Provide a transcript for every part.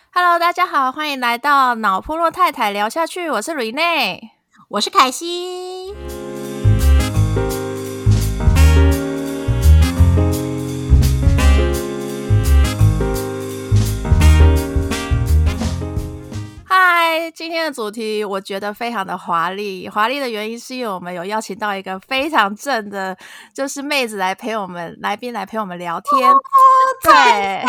Hello，大家好，欢迎来到脑波洛太太聊下去，我是瑞内， 我是凯西。 嗨，今天的主题我觉得非常的华丽，华丽的原因是因为我们有邀请到一个非常正的，就是妹子来陪我们，来宾来陪我们聊天。对，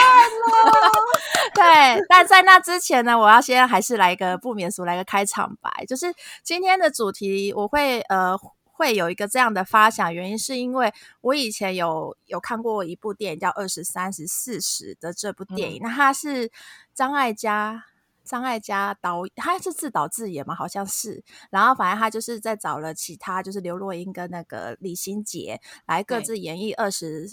对，但在那之前呢，我要先还是来个不免俗，来个开场白，就是今天的主题我会有一个这样的发想，原因是因为我以前有看过一部电影叫《20、30、40》的这部电影，那它是张艾嘉导，他是自导自演嘛，好像是。然后反正他就是在找了其他，就是刘若英跟那个李心洁来各自演绎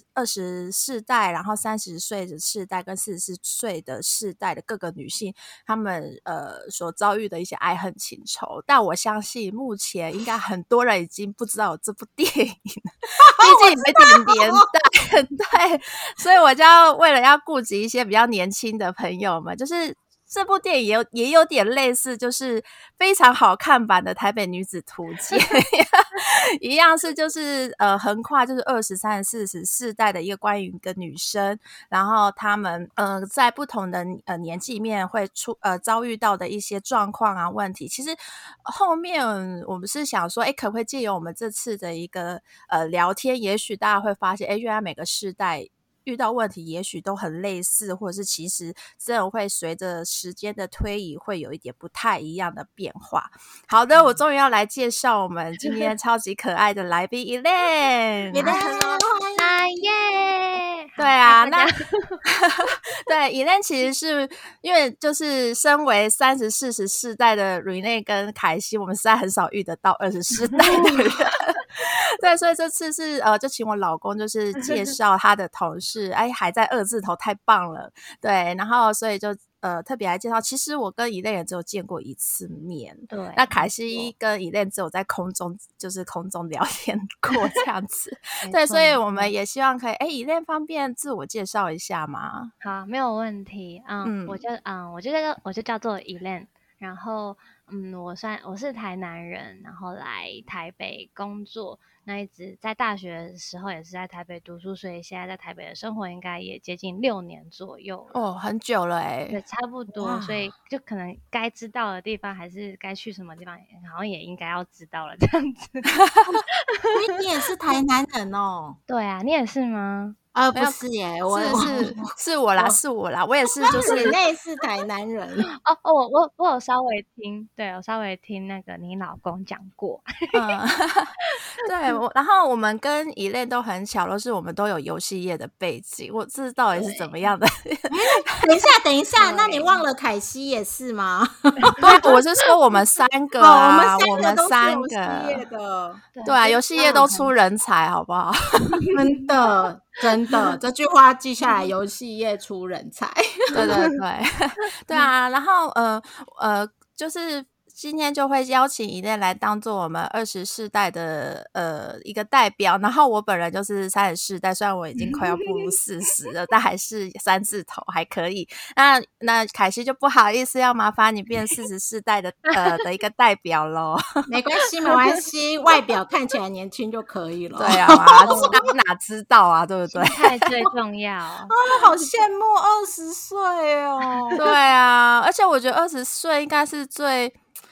20世代，然后30岁的世代跟40岁的世代的各个女性，她们所遭遇的一些爱恨情仇。但我相信目前应该很多人已经不知道有这部电影了，毕竟有点年代，对，所以我就为了要顾及一些比较年轻的朋友们，就是这部电影也有点类似，就是非常好看版的《台北女子图鉴》一样是就是横跨就是20、30、40世代的一个关于一个女生，然后她们在不同的年纪里面会遭遇到的一些状况啊问题。其实后面我们是想说，可不可以借由我们这次的一个聊天，也许大家会发现，原来每个世代遇到问题也许都很类似，或者是其实真的会随着时间的推移会有一点不太一样的变化。好的，我终于要来介绍我们今天超级可爱的来宾Elaine。Hello， 嗨耶！ 对啊，那对Elaine其实是因为就是身为30、40世代的 Rene 跟凯西，我们实在很少遇得到20世代的人。对，所以这次是就请我老公就是介绍他的同事，还在2字头，太棒了。对，然后所以就特别来介绍。其实我跟Elaine也只有见过一次面， 对， 那凯西跟Elaine只有在空中聊天过这样子。对，所以我们也希望可以Elaine方便自我介绍一下吗？ 好，没有问题。我就叫做 Elaine， 然后我是台南人，然后来台北工作。那一直在大学的时候也是在台北读书，所以现在在台北的生活应该也接近6年左右了。 哦，很久了对，差不多，所以就可能该知道的地方，还是该去什么地方，好像也应该要知道了这样子。 你也是台南人哦？ 对啊，你也是吗？ 不是耶， 是我啦，是我啦，我也是，就是你那是台南人我有稍微听，对，我稍微听那个你老公讲过。 对，然后我们跟Elaine都很巧，都是我们都有游戏业的背景，我这到底是怎么样的？ 等一下，那你忘了凯西也是吗？ 对，我是说我们3个啊，我们三个都是游戏业的， 对啊，游戏业都出人才，好不好？ 真的，这句话记下来，游戏业出人才。 对对对，对啊，然后就是今天就会邀请Elaine来当做我们20世代的一个代表，然后我本人就是30世代，虽然我已经快要步入40了，但还是3字头，还可以。那凯西就不好意思，要麻烦你变40世代的一个代表咯。 没关系，外表看起来年轻就可以了。 对啊，哪知道啊，对不对？ 心态最重要。 好羡慕20岁哦。 对啊，而且我觉得20岁应该是最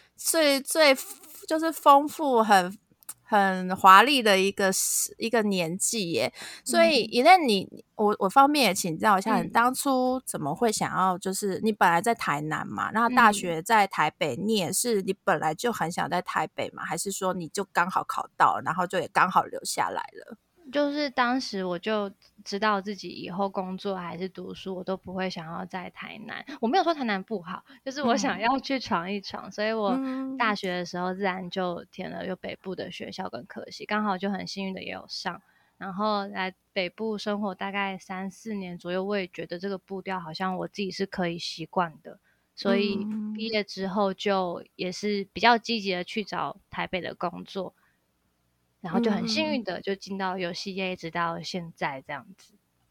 就是丰富很华丽的一个年纪耶。所以Elaine我方面也请教一下，你当初怎么会想要，就是你本来在台南嘛，然后大学在台北，你也是你本来就很想在台北嘛，还是说你就刚好考到，然后就也刚好留下来了？ 就是当时我就知道自己以后工作还是读书，我都不会想要在台南。我没有说台南不好，就是我想要去闯一闯，所以我大学的时候自然就填了有北部的学校跟科系，刚好就很幸运的也有上。然后来北部生活大概3、4年左右，我也觉得这个步调好像我自己是可以习惯的，所以毕业之后就也是比较积极的去找台北的工作。然后就很幸运的就进到游戏业，一直到现在这样子。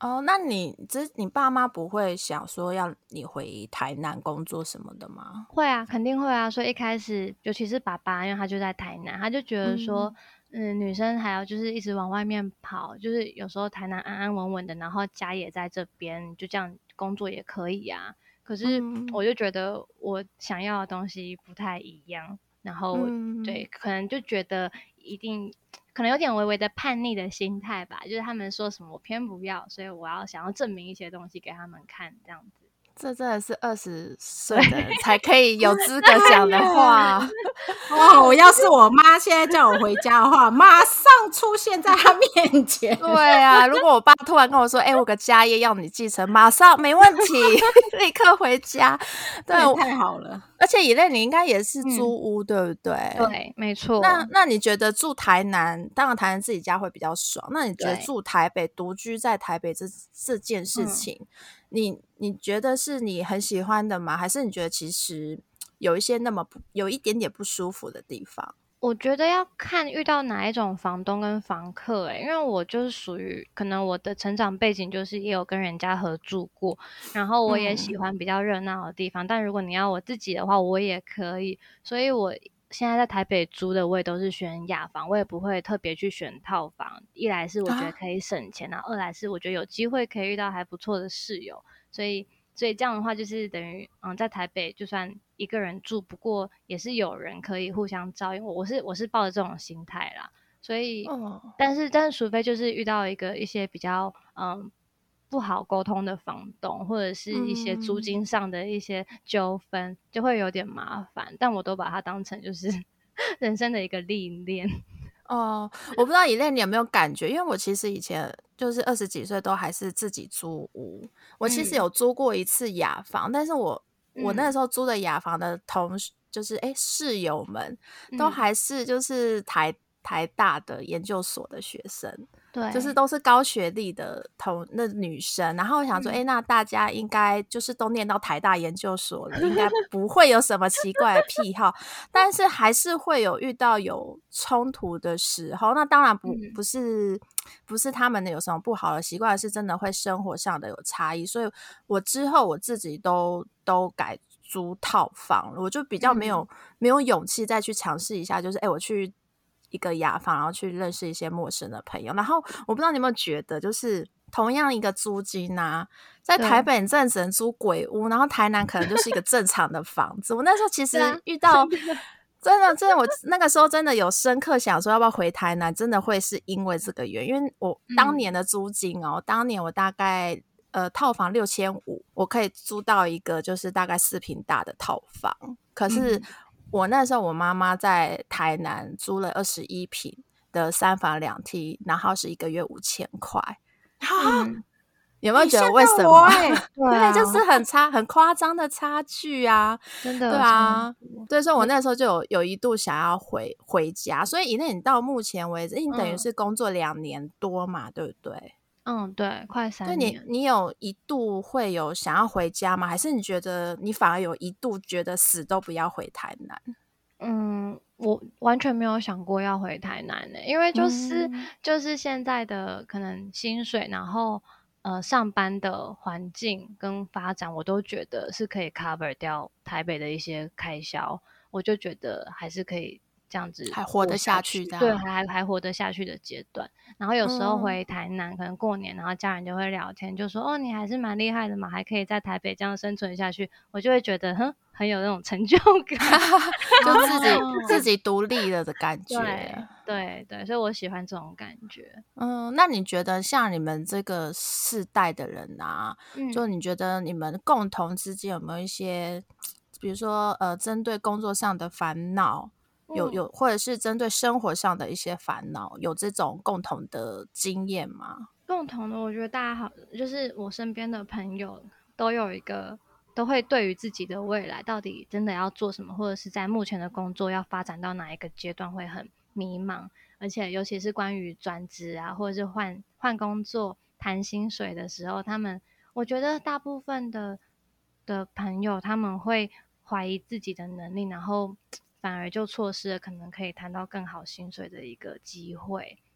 哦，那你爸妈不会想说要你回台南工作什么的吗？ 会啊，肯定会啊。所以一开始，尤其是爸爸，因为他就在台南，他就觉得说，女生还要就是一直往外面跑，就是有时候台南安安稳稳的，然后家也在这边，就这样工作也可以啊。可是我就觉得我想要的东西不太一样，然后对，可能就觉得一定可能有点微微的叛逆的心态吧，就是他们说什么我偏不要，所以我要想要证明一些东西给他们看，这样子。 这真的是20岁的人才可以有资格讲的话。 哇！我要是我妈现在叫我回家的话，马上出现在她面前。 对啊，如果我爸突然跟我说：“我有个家业要你继承，马上没问题，立刻回家。”对， 太好了。 而且以类你应该也是租屋，对不对？ 对，没错。 那你觉得住台南，当然台南自己家会比较爽。那你觉得住台北，独居在台北这件事情，你觉得是你很喜欢的吗？还是你觉得其实有一点点不舒服的地方？ 我觉得要看遇到哪一种房东跟房客因为我就是属于可能我的成长背景就是也有跟人家合住过，然后我也喜欢比较热闹的地方，但如果你要我自己的话，我也可以。所以我现在在台北租的我也都是选雅房，我也不会特别去选套房。一来是我觉得可以省钱，然后二来是我觉得有机会可以遇到还不错的室友，所以这样的话就是等于在台北就算一个人住，不过也是有人可以互相照应我是抱着这种心态啦。所以但是除非就是遇到一些比较不好沟通的房东，或者是一些租金上的一些纠纷，就会有点麻烦，但我都把它当成就是人生的一个历练。 我不知道以类你有没有感觉，因为我其实以前就是20几岁都还是自己租屋，我其实有租过一次雅房，但是我那时候租的雅房的就是室友们都还是就是台大的研究所的学生， 对， 就是都是高学历的那女生，然后我想说那大家应该就是都念到台大研究所了，应该不会有什么奇怪的癖好，但是还是会有遇到有冲突的时候。那当然不是他们有什么不好的习惯，是真的会生活上的有差异，所以我之后我自己都改租套房了，我就比较没有勇气再去尝试一下，就是我去一个雅房，然后去认识一些陌生的朋友。然后我不知道你有没有觉得，就是同样一个租金啊，在台北你真的只能租鬼屋，然后台南可能就是一个正常的房子。我那时候其实遇到真的，我那个时候真的有深刻想说要不要回台南，真的会是因为这个原因，因为我当年的租金当年我大概套房6500，我可以租到一个就是大概4坪大的套房，可是我那时候我妈妈在台南租了21坪的3房2厅，然后是1个月5000块。有没有觉得为什么？对，就是很夸张的差距啊， 真的。 对啊，对，所以我那时候就有一度想要回家。所以以内你到目前为止，你等于是工作2年多嘛，对不对？ 对，快3年。 你有一度会有想要回家吗？还是你觉得你反而有一度觉得死都不要回台南？ 我完全没有想过要回台南因为就是现在的可能薪水，然后上班的环境跟发展，我都觉得是可以 cover 掉台北的一些开销，我就觉得还是可以这样子还活得下去的， 对，还活得下去的阶段。然后有时候回台南可能过年，然后家人就会聊天，就说你还是蛮厉害的嘛，还可以在台北这样生存下去，我就会觉得很有那种成就感就自己独立了的感觉。 对，所以我喜欢这种感觉。 那你觉得像你们这个世代的人啊，就你觉得你们共同之间有没有一些，比如说针对工作上的烦恼，有或者是针对生活上的一些烦恼，有这种共同的经验吗？ 共同的，我觉得大家好，就是我身边的朋友都会对于自己的未来到底真的要做什么，或者是在目前的工作要发展到哪一个阶段会很迷茫，而且尤其是关于转职啊，或者是换工作谈薪水的时候，我觉得大部分的朋友他们会怀疑自己的能力，然后反而就错失了可能可以谈到更好薪水的一个机会。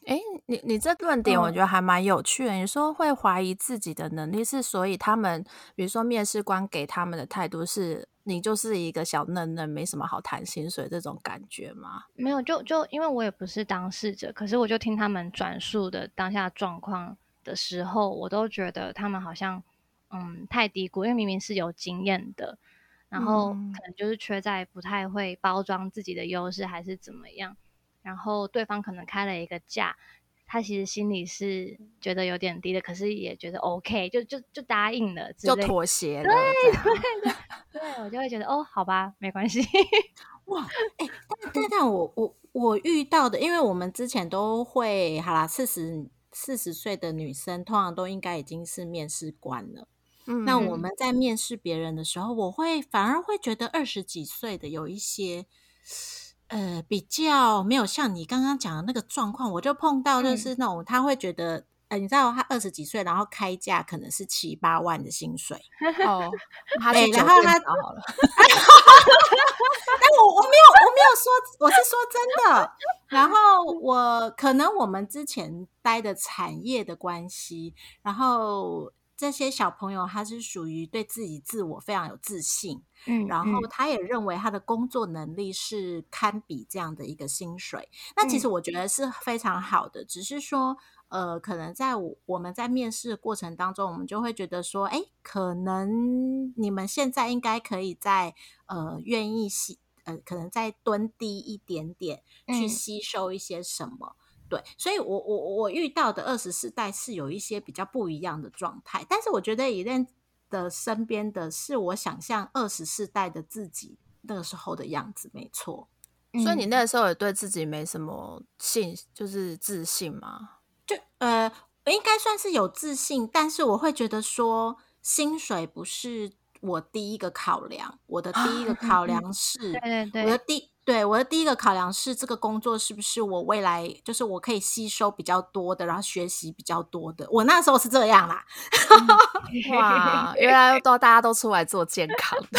你这论点我觉得还蛮有趣的。你说会怀疑自己的能力，是所以他们比如说面试官给他们的态度是你就是一个小嫩嫩没什么好谈薪水这种感觉吗？ 没有，就因为我也不是当事者，可是我就听他们转述的当下状况的时候，我都觉得他们好像太低估，因为明明是有经验的，然后可能就是缺在不太会包装自己的优势还是怎么样，然后对方可能开了一个价，他其实心里是觉得有点低的，可是也觉得 OK， 就答应了之类的， 就妥协了。 对，我就会觉得好吧，没关系。 哇，但我遇到的，因为我们之前都会好啦，40岁的女生通常都应该已经是面试官了。那我们在面试别人的时候，我反而会觉得20几岁的有一些比较没有像你刚刚讲的那个状况，我就碰到就是那种他会觉得你知道他20几岁，然后开价可能是7、8万的薪水他去酒店找好了。 但我没有说，我是说真的。然后可能我们之前待的产业的关系，然后这些小朋友他是属于对自己自我非常有自信，然后他也认为他的工作能力是堪比这样的一个薪水。那其实我觉得是非常好的，只是说可能在我们在面试的过程当中，我们就会觉得说，可能你们现在应该可以在愿意可能再蹲低一点点去吸收一些什么。对，所以我遇到的24代是有一些比较不一样的状态，但是我觉得Elaine的身边的是我想象24代的自己那个时候的样子，没错。 所以你那个时候也对自己没什么就是自信吗？ 就应该算是有自信，但是我会觉得说薪水不是我第一个考量，我的第一个考量是我的第一个考量是这个工作是不是我未来就是我可以吸收比较多的，然后学习比较多的。我那时候是这样啦。 哇，原来大家都出来做健康的。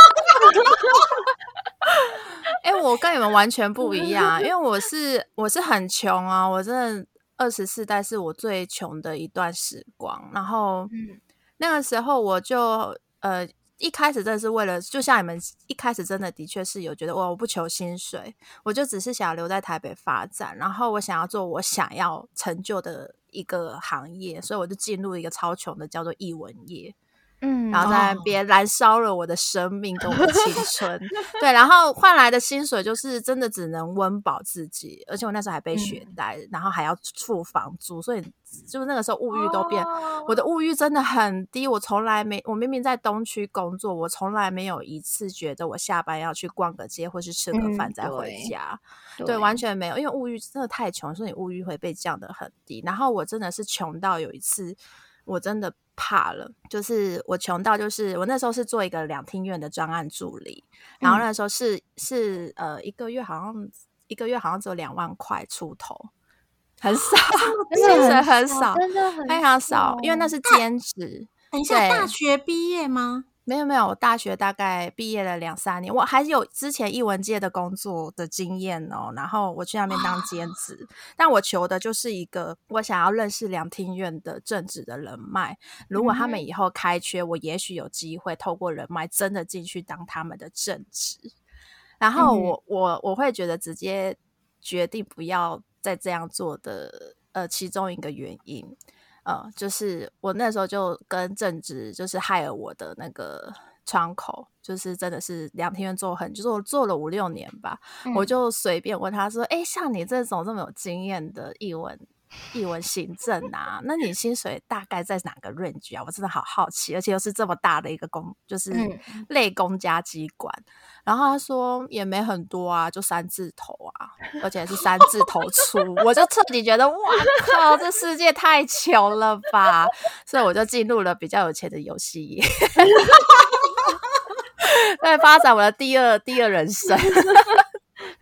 我跟你们完全不一样，因为我是很穷啊，我真的24代是我最穷的一段时光。然后那个时候我就一开始真的是为了，就像你们一开始真的的确是有觉得我不求薪水，我就只是想留在台北发展，然后我想要做我想要成就的一个行业，所以我就进入一个超穷的叫做艺文业。然后在那边燃烧了我的生命跟我的青春。对，然后换来的薪水就是真的只能温饱自己，而且我那时候还背学贷，然后还要付房租，所以就是那个时候物欲都变，我的物欲真的很低。我明明在东区工作，我从来没有一次觉得我下班要去逛个街或是吃个饭再回家。对，完全没有，因为物欲真的太穷，所以物欲会被降得很低。然后我真的是穷到有一次我真的怕了，就是我穷到就是我那时候是做一个2厅院的专案助理，然后那时候是一个月好像只有2万块出头，很少，薪水很少， 真的很非常少，因为那是兼职。 等一下，大学毕业吗？ 没有，我大学大概毕业了2-3年，我还有之前艺文界的工作的经验哦，然后我去那边当兼职，但我求的就是一个我想要认识2厅院的正职的人脉，如果他们以后开缺，我也许有机会透过人脉真的进去当他们的正职。然后我会觉得直接决定不要再这样做的其中一个原因就是我那时候就跟正职就是害了我的那个窗口，就是真的是2厅院做了5-6年吧，我就随便问他说像你这种这么有经验的艺文行政啊，那你薪水大概在哪个 range 啊？我真的好好奇，而且又是这么大的一个就是类公家机关。然后他说也没很多啊，就3字头啊，而且是3字头出。我就彻底觉得哇靠，这世界太穷了吧，所以我就进入了比较有钱的游戏业对，发展我的第二人生。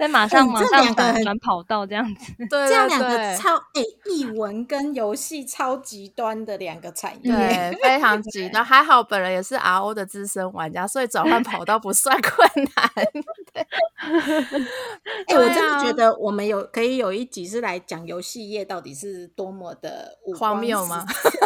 再马上转跑道这样子。 对， 这样两个艺文跟游戏超极端的两个产业， 对，非常极端。还好本人也是 RO 的资深玩家，所以转换跑道不算困难。 我真的觉得我们可以有一集是来讲游戏业到底是多么的荒谬吗？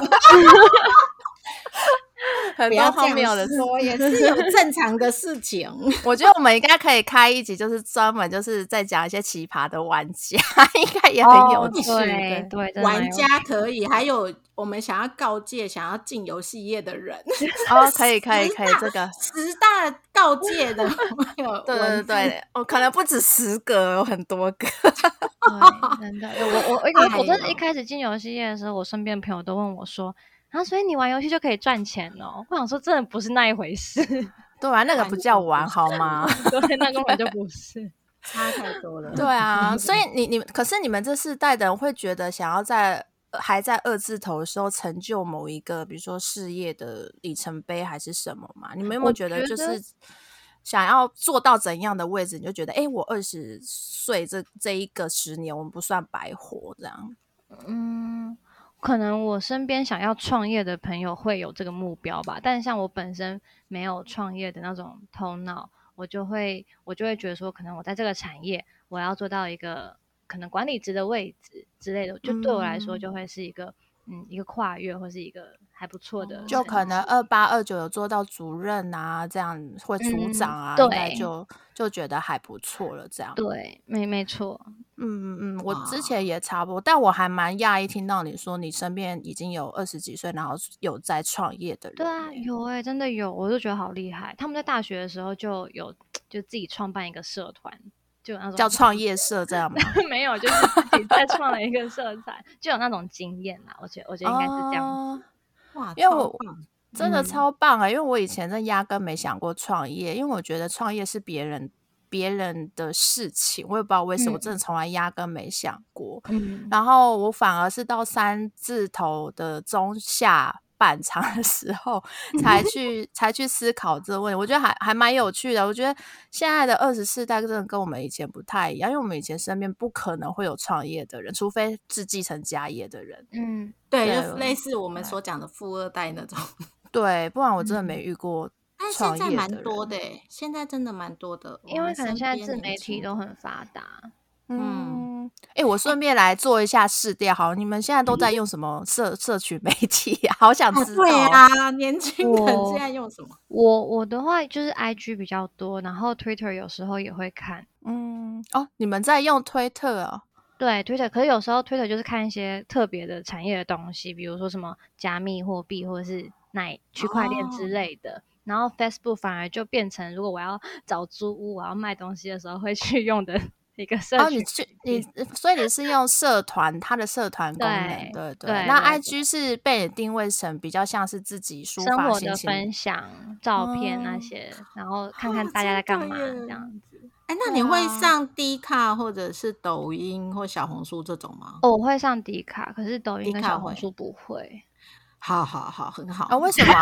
很多荒谬的说，也是有正常的事情。 我觉得我们应该可以开一集，就是专门就是在讲一些奇葩的玩家，应该也很有趣。 对， 玩家可以，还有我们想要告诫想要进游戏业的人。 可以，这个 10大告诫的， 对，可能不止10个，有很多个。 对，真的，我真的一开始进游戏业的时候，我身边的朋友都问我说。所以你玩游戏就可以赚钱哦？我想说，真的不是那一回事。 对啊，那个不叫玩好吗？ 对，那根本就不是， 差太多了。 对啊，所以可是你们这世代的人会觉得，想要还在2字头的时候成就某一个，比如说事业的里程碑还是什么嘛？你们有没有觉得就是想要做到怎样的位置，你就觉得我20岁这一个10年，我们不算白活这样？ 可能我身边想要创业的朋友会有这个目标吧，但像我本身没有创业的那种头脑，我就会觉得说，可能我在这个产业，我要做到一个可能管理职的位置之类的，就对我来说就会是一个一个跨越，或是一个还不错的， 就可能28、29有做到主任啊，这样或组长啊，应该就觉得还不错了，这样。 对，没错。 我之前也差不多，但我还蛮讶异听到你说你身边已经有20几岁，然后有在创业的人。 对啊，有真的有，我就觉得好厉害。他们在大学的时候就自己创办一个社团，就有那种叫创业社这样吗？ 没有，就是自己再创了一个社团，就有那种经验啦。我觉得应该是这样子。 哇， 因为我真的超棒因为我以前真压根没想过创业，因为我觉得创业是别人的事情，我也不知道为什么，我真的从来压根没想过。然后我反而是到3字头的中下半场的时候才去思考这个问题，我觉得还蛮有趣的。我觉得现在的24代真的跟我们以前不太一样，因为我们以前身边不可能会有创业的人，除非是继承家业的人。 对，就类似我们所讲的富二代那种。 对，不然我真的没遇过创业的人。 但现在蛮多的现在真的蛮多的， 因为可能现在自媒体都很发达。 我顺便来做一下试调，好，你们现在都在用什么社群媒体好想知道。 对啊，年轻人现在用什么？ 我的话就是 IG 比较多，然后 Twitter 有时候也会看。 你们在用推特哦？ 对 Twitter， 可是有时候 Twitter 就是看一些特别的产业的东西，比如说什么加密货币或者是区块链之类的。然后 Facebook 反而就变成，如果我要找租屋，我要卖东西的时候会去用的一个社群。 所以你是用社团，它的社团功能，对。那 IG 是被你定位成比较像是自己抒发心情、 生活的分享、照片那些，然后看看大家在干嘛这样子。 那你会上 Dcard 或者是抖音或小红书这种吗？ 我会上 Dcard，可是抖音跟小红书不会。 好，很好。 为什么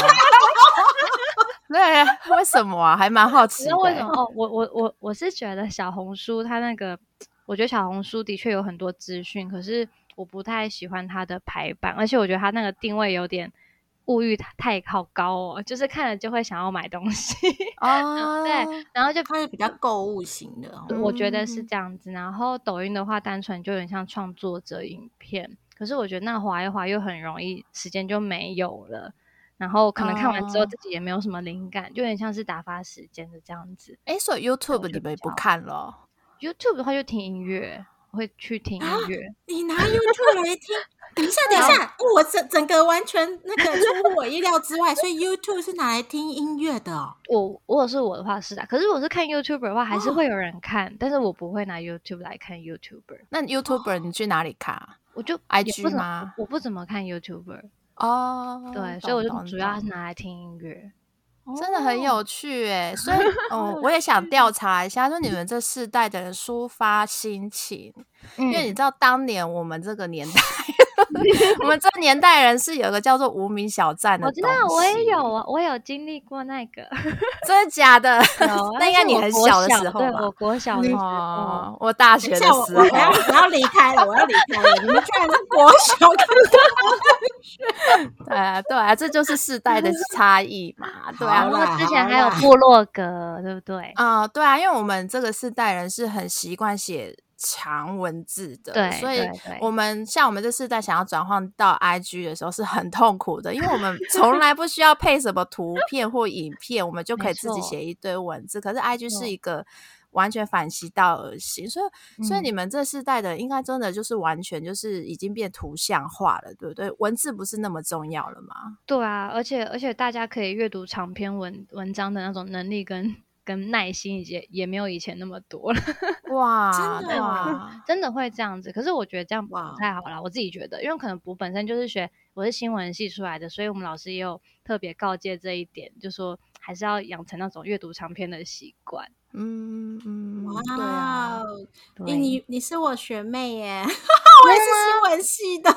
对，为什么啊？还蛮好奇的。 为什么？我是觉得小红书它那个，我觉得小红书的确有很多资讯，可是我不太喜欢它的排版，而且我觉得它那个定位有点物欲太好高哦，就是看了就会想要买东西对，然后就它是比较购物型的， 我觉得是这样子。然后抖音的话，单纯就有点像创作者影片，可是我觉得那滑一滑又很容易时间就没有了。然后可能看完之后自己也没有什么灵感，就有点像是打发时间的这样子。 所以 YouTube 你们不看了 ？YouTube 的话就听音乐，我会去听音乐。 你拿 YouTube 来听？等一下，我整个完全那个出乎我意料之外，所以 YouTube 是拿来听音乐的哦。 我是我的话是可是我是看 YouTuber 的话，还是会有人看，但是我不会拿 YouTube 来看 YouTuber。 那 YouTuber 你去哪里看啊？ 我就 IG 吗？ 我不怎么看 YouTuber。对，所以我就主要是拿来听音乐。 真的很有趣所以我也想调查一下，说你们这世代的人抒发心情， 因为你知道当年我们这个年代我们这个年代人是有个叫做无名小站的东西。 我知道，我也有啊，我有经历过那个。 真的假的？ 有那应该你很小的时候吧？ 对，我国小的时候， 我大学的时候。 我要离开了，我要离开了。你们居然是国小对啊，这就是世代的差异嘛。对啊， 然后之前还有部落格，对不对？ 对啊，因为我们这个世代人是很习惯写长文字的， 对， 所以我们像我们这世代想要转换到 IG 的时候是很痛苦的，因为我们从来不需要配什么图片或影片，我们就可以自己写一堆文字。可是 IG 是一个完全反其道而行，所以你们这世代的应该真的就是完全就是已经变图像化了，对不对？文字不是那么重要了吗？ 对啊，而且大家可以阅读长篇文章的那种能力跟耐心也没有以前那么多了。 哇， 真的会这样子。可是我觉得这样不太好啦，我自己觉得，因为可能我本身就是我是新闻系出来的，所以我们老师也有特别告诫这一点，就说还是要养成那种阅读长篇的习惯。 对啊， 你是我学妹耶，我也是新闻系的。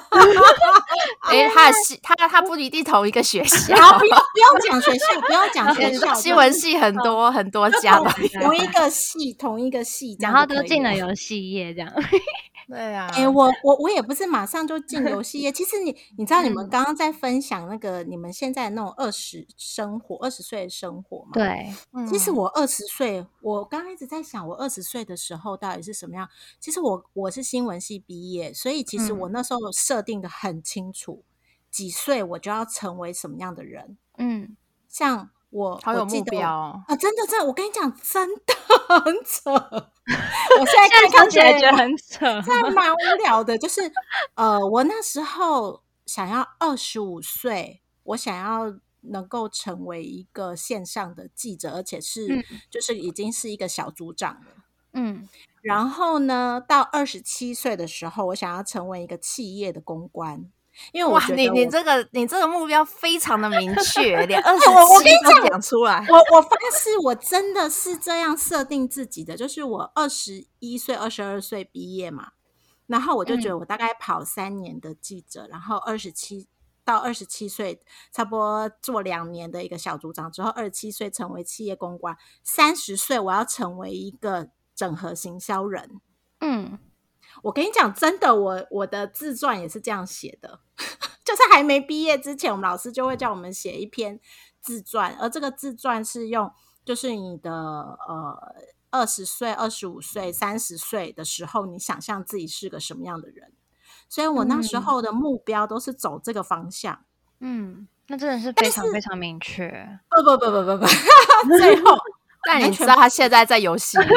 他不一定同一个学校， 不用讲学校，不要讲学校。 新闻系很多家的， 同一个系， 然后都进了游戏业这样。 对啊， 我也不是马上就进游戏业。其实你知道你们刚刚在分享那个你们现在那种20岁的生活吗？ 对， 其实我20岁，我刚刚一直在想我20岁的时候到底是什么样。其实我是新闻系毕业，所以其实我那时候设定的很清楚，几岁我就要成为什么样的人。像我好有目标啊！真的，我跟你讲，真的很扯。我现在看起来觉得很扯， 真的蛮无聊的。就是我那时候想要25岁，我想要能够成为一个线上的记者，而且是就是已经是一个小组长了。然后呢，到27岁的时候，我想要成为一个企业的公关。因为我觉得你这个目标非常的明确，连27都讲出来。 我发誓，我真的是这样设定自己的，就是我21岁、22岁毕业嘛，然后我就觉得我大概跑3年的记者，然后27岁差不多做2年的一个小组长之后，27岁成为企业公关，30岁我要成为一个整合行销人。我跟你讲，真的，我的自传也是这样写的，就是还没毕业之前，我们老师就会叫我们写一篇自传，而这个自传是用就是你的20岁、25岁、30岁的时候，你想象自己是个什么样的人。所以我那时候的目标都是走这个方向。 那真的是非常非常明确。 不，最后， 但你知道他现在在游戏里。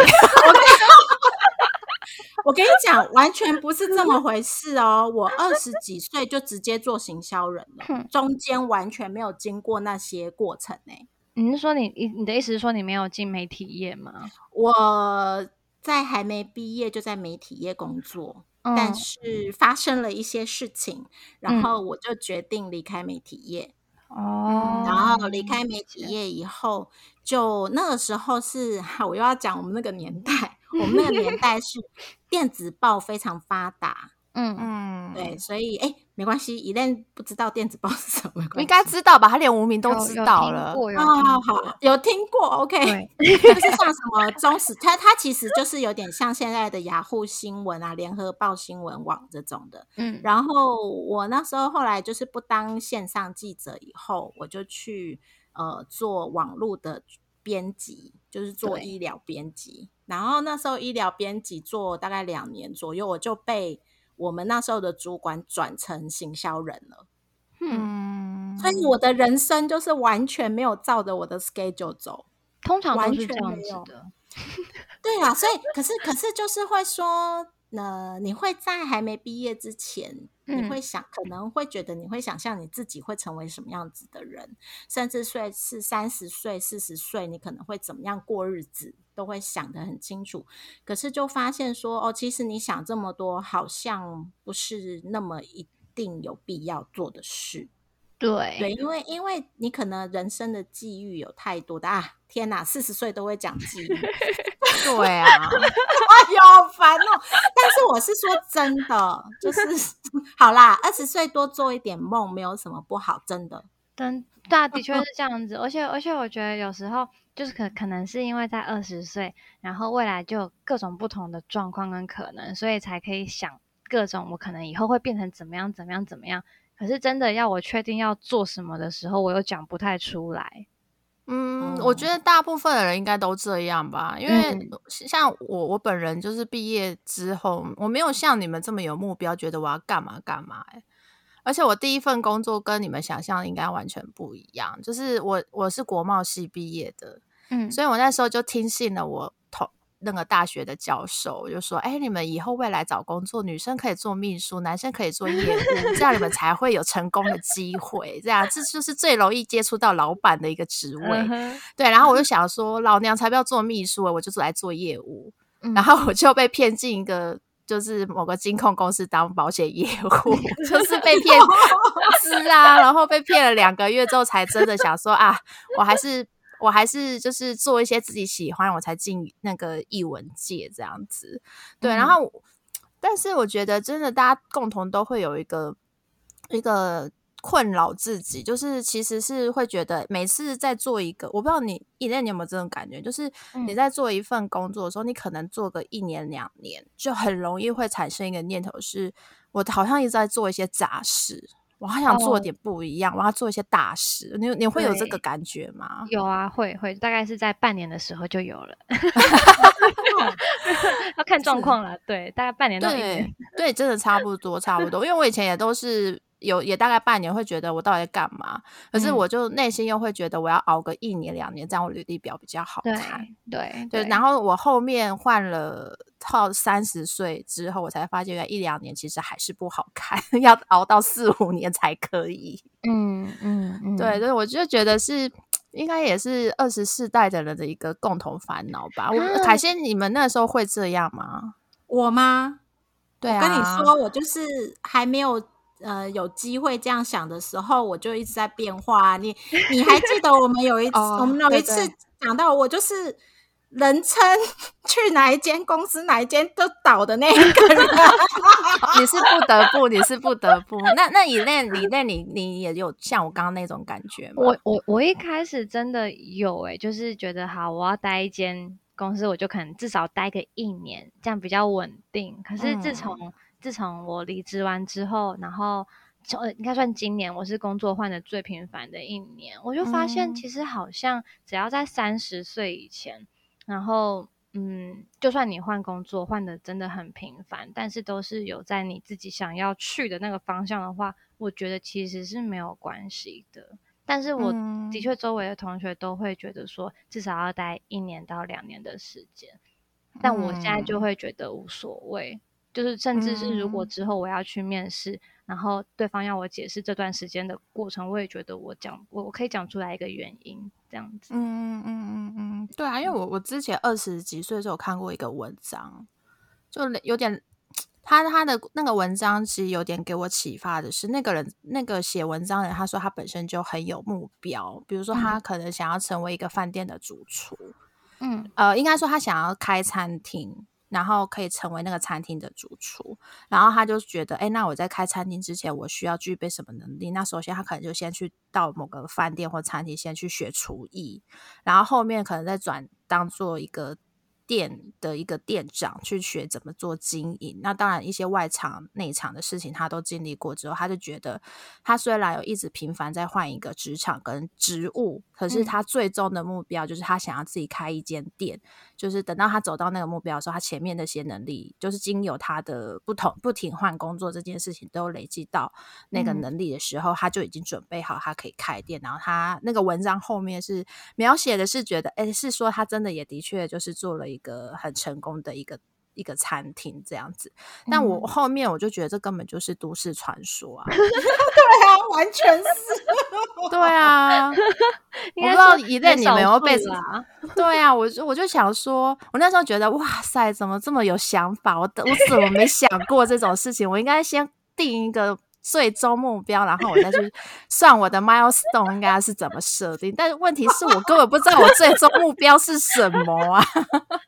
我跟你讲，完全不是这么回事哦。我20几岁就直接做行销人了，中间完全没有经过那些过程欸。 你是说你的意思是说你没有进媒体业吗？ 我在还没毕业就在媒体业工作，但是发生了一些事情，然后我就决定离开媒体业。然后离开媒体业以后，就那个时候是我又要讲我们那个年代，我们那个年代是电子报非常发达。对，所以没关系，Elaine不知道电子报是什么， 应该知道吧？他连无名都知道了。 有听过 OK。 就是像什么中时，它其实就是有点像现在的雅虎新闻啊、联合报新闻网这种的。然后我那时候后来就是不当线上记者以后，我就去做网络的编辑，就是做医疗编辑。然后那时候医疗编辑做大概2年左右，我就被我们那时候的主管转成行销人了。所以我的人生就是完全没有照着我的 schedule 走， 通常都是这样子的。 对啊，所以可是就是会说你会在还没毕业之前，你会可能会觉得你会想象你自己会成为什么样子的人，甚至是30岁、40岁，你可能会怎么样过日子，都会想得很清楚。可是就发现说，其实你想这么多，好像不是那么一定有必要做的事。对，因为你可能人生的际遇有太多的天哪，40岁都会讲际遇。 对啊， 哎呦，好烦哦！但是我是说真的，就是好啦，20岁多做一点梦，没有什么不好，真的。 对啊，的确是这样子。而且我觉得有时候就是可能是因为在20岁，然后未来就有各种不同的状况跟可能，所以才可以想各种我可能以后会变成怎么样怎么样怎么样。可是真的要我确定要做什么的时候，我又讲不太出来。 我觉得大部分的人应该都这样吧，因为像我本人就是毕业之后，我没有像你们这么有目标，觉得我要干嘛干嘛而且我第一份工作跟你们想象的应该完全不一样，就是我是国贸系毕业的，所以我那时候就听信了我那个大学的教授，我就说你们以后未来找工作，女生可以做秘书，男生可以做业务，这样你们才会有成功的机会，这样这就是最容易接触到老板的一个职位。对，然后我就想说老娘才不要做秘书，我就来做业务，然后我就被骗进一个就是某个金控公司当保险业务，就是被骗资啊，然后被骗了2个月之后才真的想说啊，我还是就是做一些自己喜欢，我才进那个艺文界这样子。对，然后但是我觉得真的大家共同都会有一个困扰自己，就是其实是会觉得每次在做一个，我不知道Elaine你有没有这种感觉，就是你在做一份工作的时候，你可能做个1年2年，就很容易会产生一个念头是，我好像一直在做一些杂事，我好想做点不一样，我要做一些大事。你会有这个感觉吗？ 有啊，会，大概是在半年的时候就有了。要看状况了，对，大概半年到1年。 对，真的差不多。因为我以前也都是也大概半年会觉得我到底在干嘛，可是我就内心又会觉得我要熬个1年2年，这样我履历表比较好看。对，然后我后面换了到30岁之后，我才发现原来1、2年其实还是不好看，要熬到4、5年才可以。对，所以我就觉得是应该也是24代的人的一个共同烦恼吧。凯茜，你们那时候会这样吗？ 我吗？ 对啊， 我跟你说，我就是还没有有机会这样想的时候，我就一直在变化。你还记得我们有一次，我们有一次讲到我就是人称去哪一间公司哪一间都倒的那一个人。 你是不得不。那Elaine你也有像我刚刚那种感觉吗？ 我一开始真的有就是觉得好，我要待一间公司，我就可能至少待个1年，这样比较稳定。可是自从我离职完之后，然后应该算今年我是工作换的最频繁的1年，我就发现其实好像只要在30岁以前，然后就算你换工作换的真的很频繁，但是都是有在你自己想要去的那个方向的话，我觉得其实是没有关系的。但是我的确周围的同学都会觉得说至少要待1年到2年的时间，但我现在就会觉得无所谓，就是甚至是如果之后我要去面试，然后对方要我解释这段时间的过程，我也觉得我可以讲出来一个原因这样子。 对啊，因为我之前20几岁的时候看过一个文章，就有点他的那个文章其实有点给我启发的是，那个写文章的人他说他本身就很有目标，比如说他可能想要成为一个饭店的主厨，应该说他想要开餐厅，然后可以成为那个餐厅的主厨，然后他就觉得那我在开餐厅之前我需要具备什么能力，那首先他可能就先去到某个饭店或餐厅先去学厨艺，然后后面可能再转当做一个店的一个店长去学怎么做经营。那当然一些外场内场的事情他都经历过之后，他就觉得他虽然有一直频繁在换一个职场跟职务，可是他最终的目标就是他想要自己开一间店，就是等到他走到那个目标的时候，他前面那些能力就是经由他的不停换工作这件事情都累积到那个能力的时候，他就已经准备好他可以开店。然后他那个文章后面是描写的是觉得是说他真的也的确就是做了一个很成功的一个餐厅这样子。但我后面我就觉得这根本就是都市传说啊。 对啊，完全是。 对啊，我不知道Elaine你们有没有被对啊，我就想说，我那时候觉得哇塞，怎么这么有想法，我怎么没想过这种事情，我应该先定一个最终目标，然后我再去算我的 milestone 应该是怎么设定。但是问题是我根本不知道我最终目标是什么啊。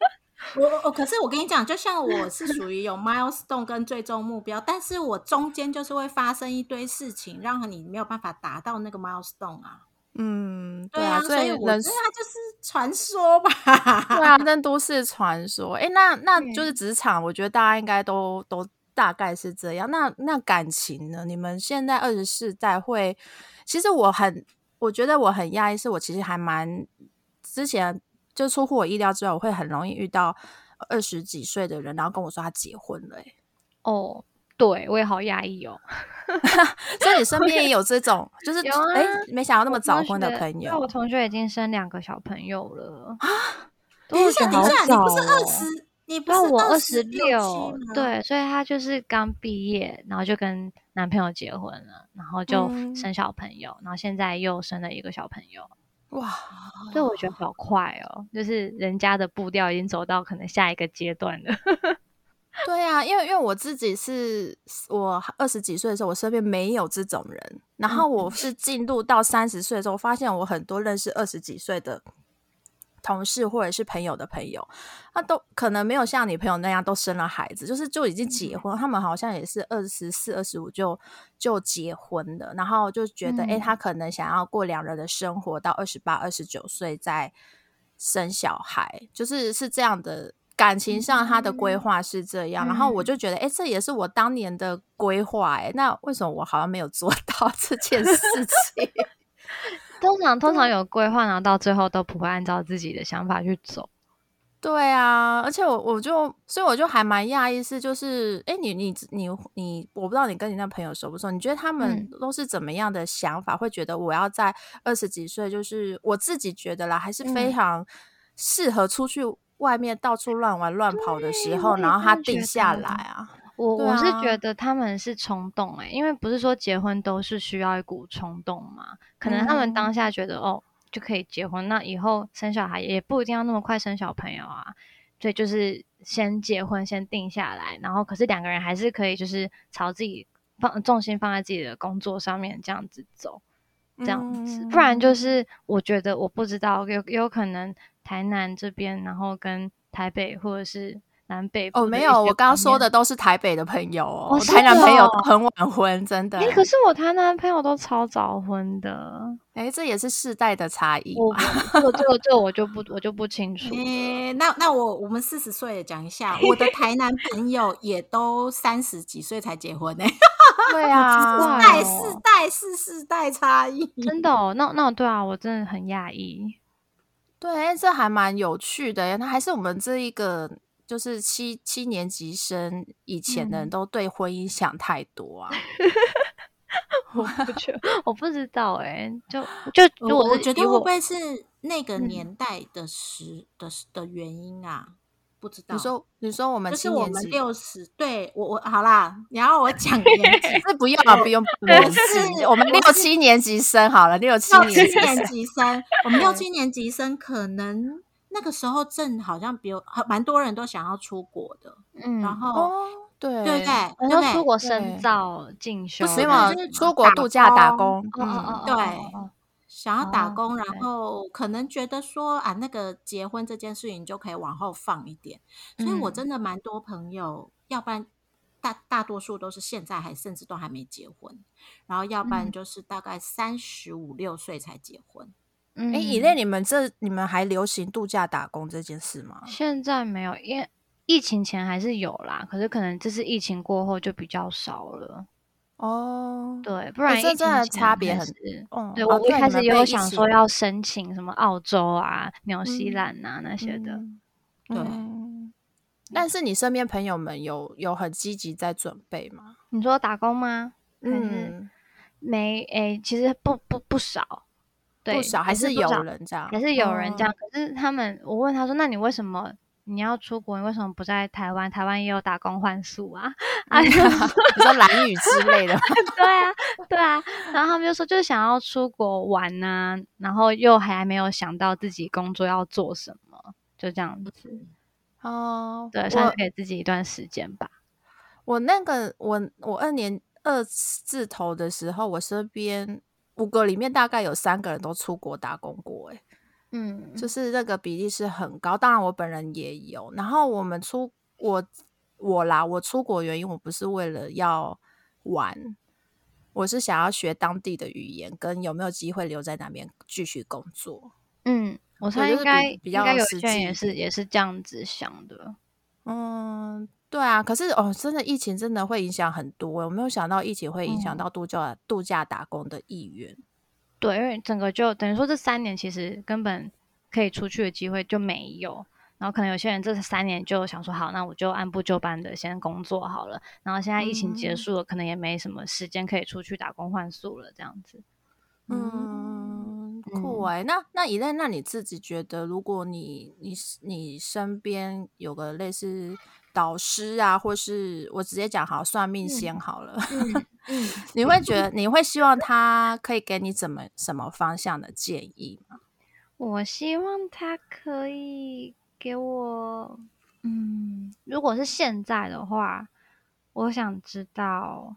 可是我跟你讲，就像我是属于有 milestone 跟最终目标，但是我中间就是会发生一堆事情，让你没有办法达到那个 milestone 啊。 对啊， 所以我觉得它就是传说吧。 对啊，那都市传说。那就是职场，我觉得大家应该都大概是这样。那感情呢？你们现在24代会，其实我觉得我很讶异，是我其实还蛮之前就出乎我意料之外，我会很容易遇到20几岁的人，然后跟我说他结婚了哦，对，我也好讶异哦。 所以你身边也有这种，就是有啊， 没想到那么早婚的朋友。 我同学已经生2个小朋友了啊！ 等一下，你不是 20， 你不是我 26吗？ 对，所以他就是刚毕业，然后就跟男朋友结婚了，然后就生小朋友，然后现在又生了1个小朋友。哇，所以我觉得好快哦，就是人家的步调已经走到可能下一个阶段了。 对啊，因为我自己我20几岁的时候，我身边没有这种人，然后我是进入到30岁的时候，我发现我很多认识20几岁的同事或者是朋友的朋友，他都可能没有像你朋友那样都生了孩子，就已经结婚，他们好像也是24、25就结婚了，然后就觉得他可能想要过2人的生活到28、29岁再生小孩，是这样的。感情上他的规划是这样，然后我就觉得这也是我当年的规划那为什么我好像没有做到这件事情？ 通常有规划，然后到最后都不会按照自己的想法去走。 对啊，而且所以我就还蛮讶异，就是你我不知道你跟你那朋友熟不熟，你觉得他们都是怎么样的想法？会觉得我要在20几岁，就是我自己觉得啦，还是非常适合出去外面到处乱玩乱跑的时候，然后他定下来啊。 我是觉得他们是冲动因为不是说结婚都是需要一股冲动嘛，可能他们当下觉得就可以结婚，那以后生小孩也不一定要那么快生小朋友啊，所以就是先结婚先定下来，然后可是2个人还是可以就是朝自己重心放在自己的工作上面这样子走，这样子不然就是我觉得我不知道有可能台南这边然后跟台北或者是南北部没有，我刚刚说的都是台北的朋友我台南朋友都很晚婚，真的可是我台南朋友都超早婚的这也是世代的差异嘛。 这我就不清楚那我们40岁的讲一下，我的台南朋友也都30几岁才结婚对啊， 世代差异， 真的那对啊，我真的很讶异。 对，这还蛮有趣的那还是我们这一个就是七年级生以前的人都对婚姻想太多啊。 我不知道我觉得会不会是那个年代的原因啊？不知道。 你说我们就是我们60，对我好啦，然后我讲年纪是不用我们6、7年级生好了，6、7 年级生，我们6、7年级生可能那个时候正好像蛮多人都想要出国的，然后对不对？ 你说出国深造进修， 不是就是出国度假打工， 对。想要打工，然后可能觉得说那个结婚这件事情就可以往后放一点，所以我真的蛮多朋友，要不然大多数都是现在甚至都还没结婚，然后要不然就是大概35、6岁才结婚。 以内你们还流行度假打工这件事吗？ 现在没有，因为疫情前还是有啦，可是可能这是疫情过后就比较少了。对，不然这真的差别很对，我一开始也有想说要申请什么澳洲啊、纽西兰啊那些的。 对， 但是你身边朋友们有很积极在准备吗？ 你说打工吗？没其实不少，对， 不少还是有人这样， 还是有人这样。可是我问他说，那你为什么你要出国？你为什么不在台湾？台湾也有打工换宿啊！ 你说蓝屿之类的对啊。然后他们就说，就是想要出国玩啊，然后又还没有想到自己工作要做什么，就这样子。对，算是给自己一段时间吧。 我2年2字头的时候，我身边5个里面大概有3个人都出国打工过就是那个比例是很高。当然我本人也有，然后我出国原因我不是为了要玩，我是想要学当地的语言跟有没有机会留在那边继续工作。 我猜应该比较有实些人际也是这样子想的。 对啊，可是真的疫情真的会影响很多，我没有想到疫情会影响到度假打工的意愿。 对，因为整个就等于说这3年其实根本可以出去的机会就没有，然后可能有些人这3年就想说好，那我就按部就班的先工作好了，然后现在疫情结束了，可能也没什么时间可以出去打工换宿了，这样子。 酷欸。那以类，那你自己觉得，如果你身边有个类似导师啊，或是我直接讲好算命仙好了，你会觉得你会希望他可以给你什么方向的建议吗？ 我希望他可以给我，如果是现在的话，我想知道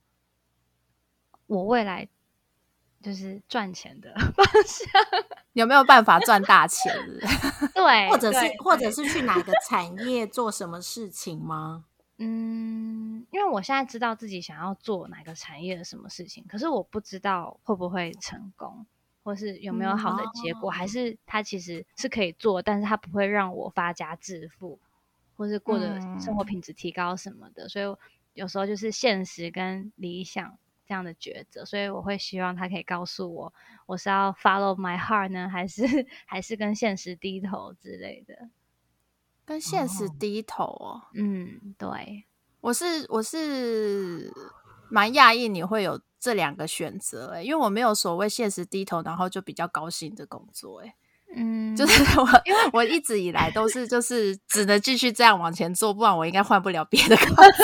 我未来就是赚钱的方向， 有没有办法赚大钱？ 对， 或者是去哪个产业做什么事情吗？ 因为我现在知道自己想要做哪个产业的什么事情，可是我不知道会不会成功，或是有没有好的结果，还是它其实是可以做，但是它不会让我发家致富，或是过得生活品质提高什么的，所以有时候就是现实跟理想这样的抉择，所以我会希望他可以告诉我，我是要 follow my heart 呢，还是跟现实低头之类的。 跟现实低头对， 我是蛮讶异你会有这2个选择因为我没有所谓现实低头然后就比较高兴的工作就是我一直以来都是就是只能继续这样往前做，不然我应该换不了别的工作。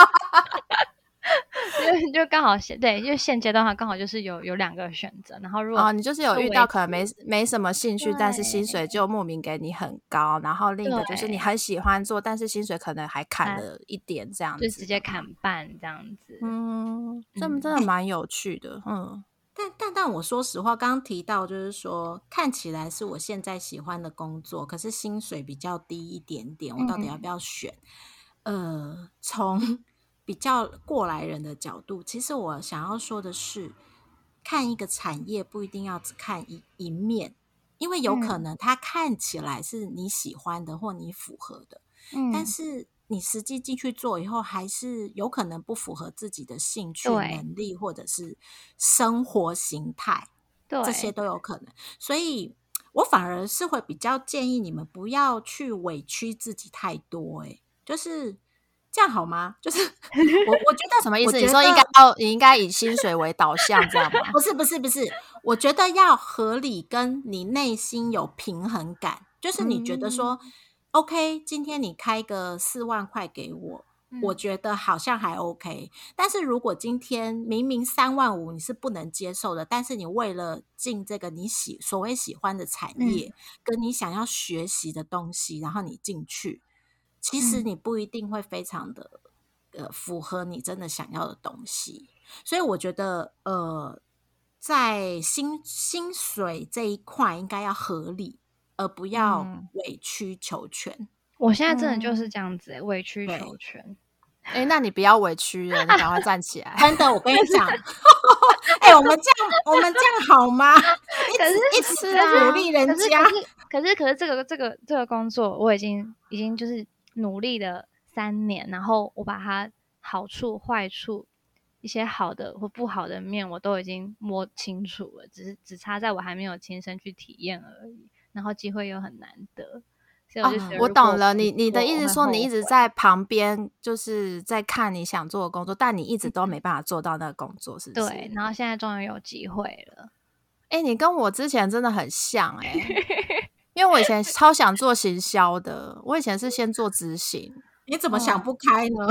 就刚好对，因为现阶段它刚好就是有2个选择，然后如果你就是有遇到可能没什么兴趣，但是薪水就莫名给你很高，然后另一个就是你很喜欢做，但是薪水可能还砍了一点这样子， 就直接砍半这样子。 这真的蛮有趣的。 但我说实话，刚刚提到就是说，看起来是我现在喜欢的工作，可是薪水比较低一点点，我到底要不要选？从比较过来人的角度，其实我想要说的是，看一个产业不一定要只看一面，因为有可能它看起来是你喜欢的或你符合的，但是你实际进去做以后，还是有可能不符合自己的兴趣、能力或者是生活形态，这些都有可能。所以我反而是会比较建议你们不要去委屈自己太多，就是这样好吗？就是我觉得什么意思？你说你应该以薪水为导向，这样吗？ 不是，我觉得要合理，跟你内心有平衡感。就是你觉得说，OK， 今天你开个4万块给我，我觉得好像还 OK。但是如果今天明明3万5你是不能接受的，但是你为了进这个你所谓喜欢的产业，跟你想要学习的东西，然后你进去。其实你不一定会非常的符合你真的想要的东西，所以我觉得在薪水这一块应该要合理，而不要委曲求全。 我现在真的就是这样子委曲求全。 那你不要委屈了，你赶快站起来。 真的，我跟你讲，我们这样好吗？一直鼓励人家。 可是这个工作，我已经就是努力了3年，然后我把它好处、坏处、一些好的或不好的面，我都已经摸清楚了，只差在我还没有亲身去体验而已。然后机会又很难得。 我懂了，你的意思说你一直在旁边就是在看你想做的工作，但你一直都没办法做到那个工作，是不是？ 对，然后现在终于有机会了。 你跟我之前真的很像因为我以前超想做行销的，我以前是先做执行。 你怎么想不开呢？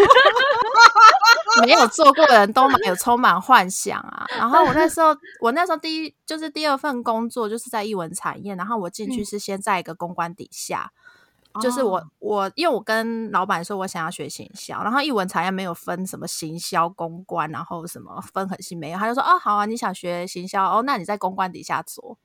没有做过的人都有充满幻想啊。然后我那时候第2份工作就是在艺文产业，然后我进去是先在一个公关底下，就是因为我跟老板说我想要学行销，然后艺文产业没有分什么行销公关，然后什么分很细没有，他就说好啊，你想学行销那你在公关底下做。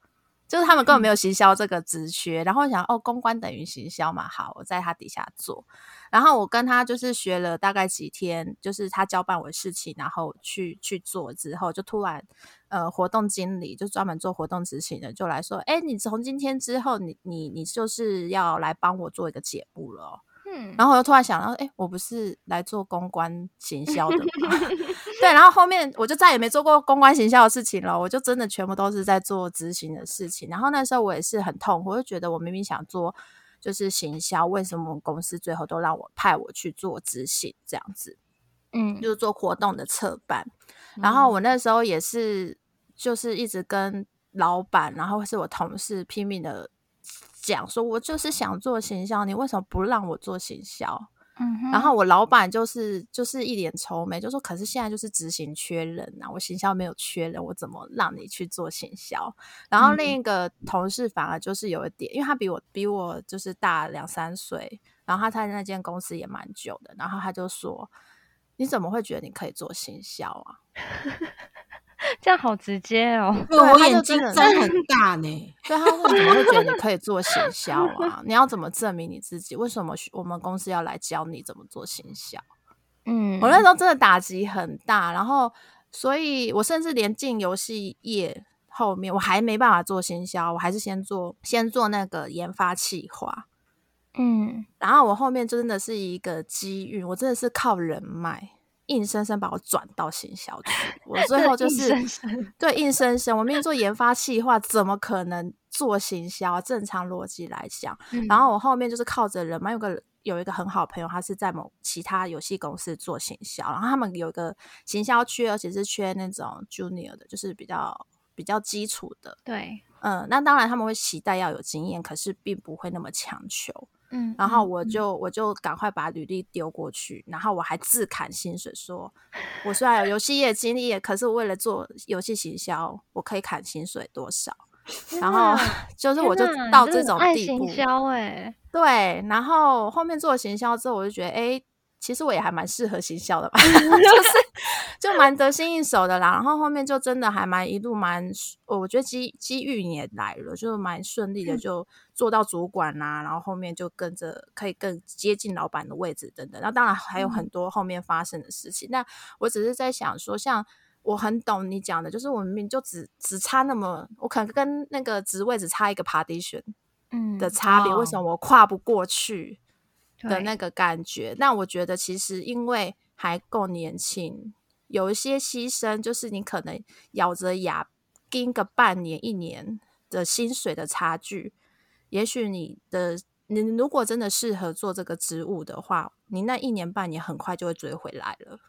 就是他们根本没有行销这个职缺，然后我想公关等于行销嘛，好，我在他底下做，然后我跟他就是学了大概几天，就是他交办我的事情，然后去做之后，就突然活动经理就专门做活动执行的就来说，你从今天之后你就是要来帮我做一个节目了然后我就突然想到我不是来做公关行销的吗对，然后后面我就再也没做过公关行销的事情了，我就真的全部都是在做执行的事情。然后那时候我也是很痛苦，我就觉得我明明想做就是行销，为什么公司最后都让我派我去做执行这样子就是做活动的策办然后我那时候也是就是一直跟老板然后是我同事拼命的讲说我就是想做行销，你为什么不让我做行销然后我老板就是一脸愁眉，就说可是现在就是执行缺人啊，我行销没有缺人，我怎么让你去做行销？然后另一个同事反而就是有一点，因为他比我就是大2-3岁，然后他在那间公司也蛮久的，然后他就说你怎么会觉得你可以做行销啊？ 这样好直接哦。 对，我眼睛睁很大呢。 对，他说你怎么会觉得你可以做行销啊？你要怎么证明你自己？为什么我们公司要来教你怎么做行销？我那时候真的打击很大，然后所以我甚至连进游戏业后面我还没办法做行销，我还是先做那个研发企划。然后我后面真的是一个机运，我真的是靠人脉硬生生把我转到行销去，我最后就是对硬生生，我明明做研发企划，怎么可能做行销？正常逻辑来讲，然后我后面就是靠着人脉，有一个很好的朋友，他是在其他游戏公司做行销，然后他们有一个行销缺，而且是缺那种 junior 的，就是比较基础的。 对， 那当然他们会期待要有经验，可是并不会那么强求。然后我就赶快把履历丢过去，然后我还自砍薪水说我虽然有游戏业经历，可是我为了做游戏行销我可以砍薪水多少，然后就是我就到这种地步。 行销对，然后后面做行销之后我就觉得其实我也还蛮适合行销的吧就蛮得心应手的啦，然后后面就真的还一路我觉得机遇也来了，就蛮顺利的就做到主管然后后面就跟着可以更接近老板的位置等等，那当然还有很多后面发生的事情那我只是在想说像我很懂你讲的，就是我明明就只差那么我可能跟那个职位只差一个 partition 的差别为什么我跨不过去的那个感觉那我觉得其实因为还够年轻，有一些牺牲就是你可能咬着牙盯个半年1年的薪水的差距，也许你如果真的适合做这个职务的话，你那1年半年很快就会追回来了。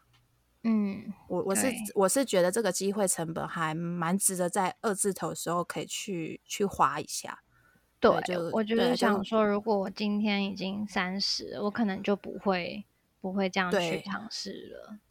我是觉得这个机会成本还蛮值得在2字头的时候可以去花一下。 对，我就是想说如果我今天已经30，我可能就不会这样去尝试了。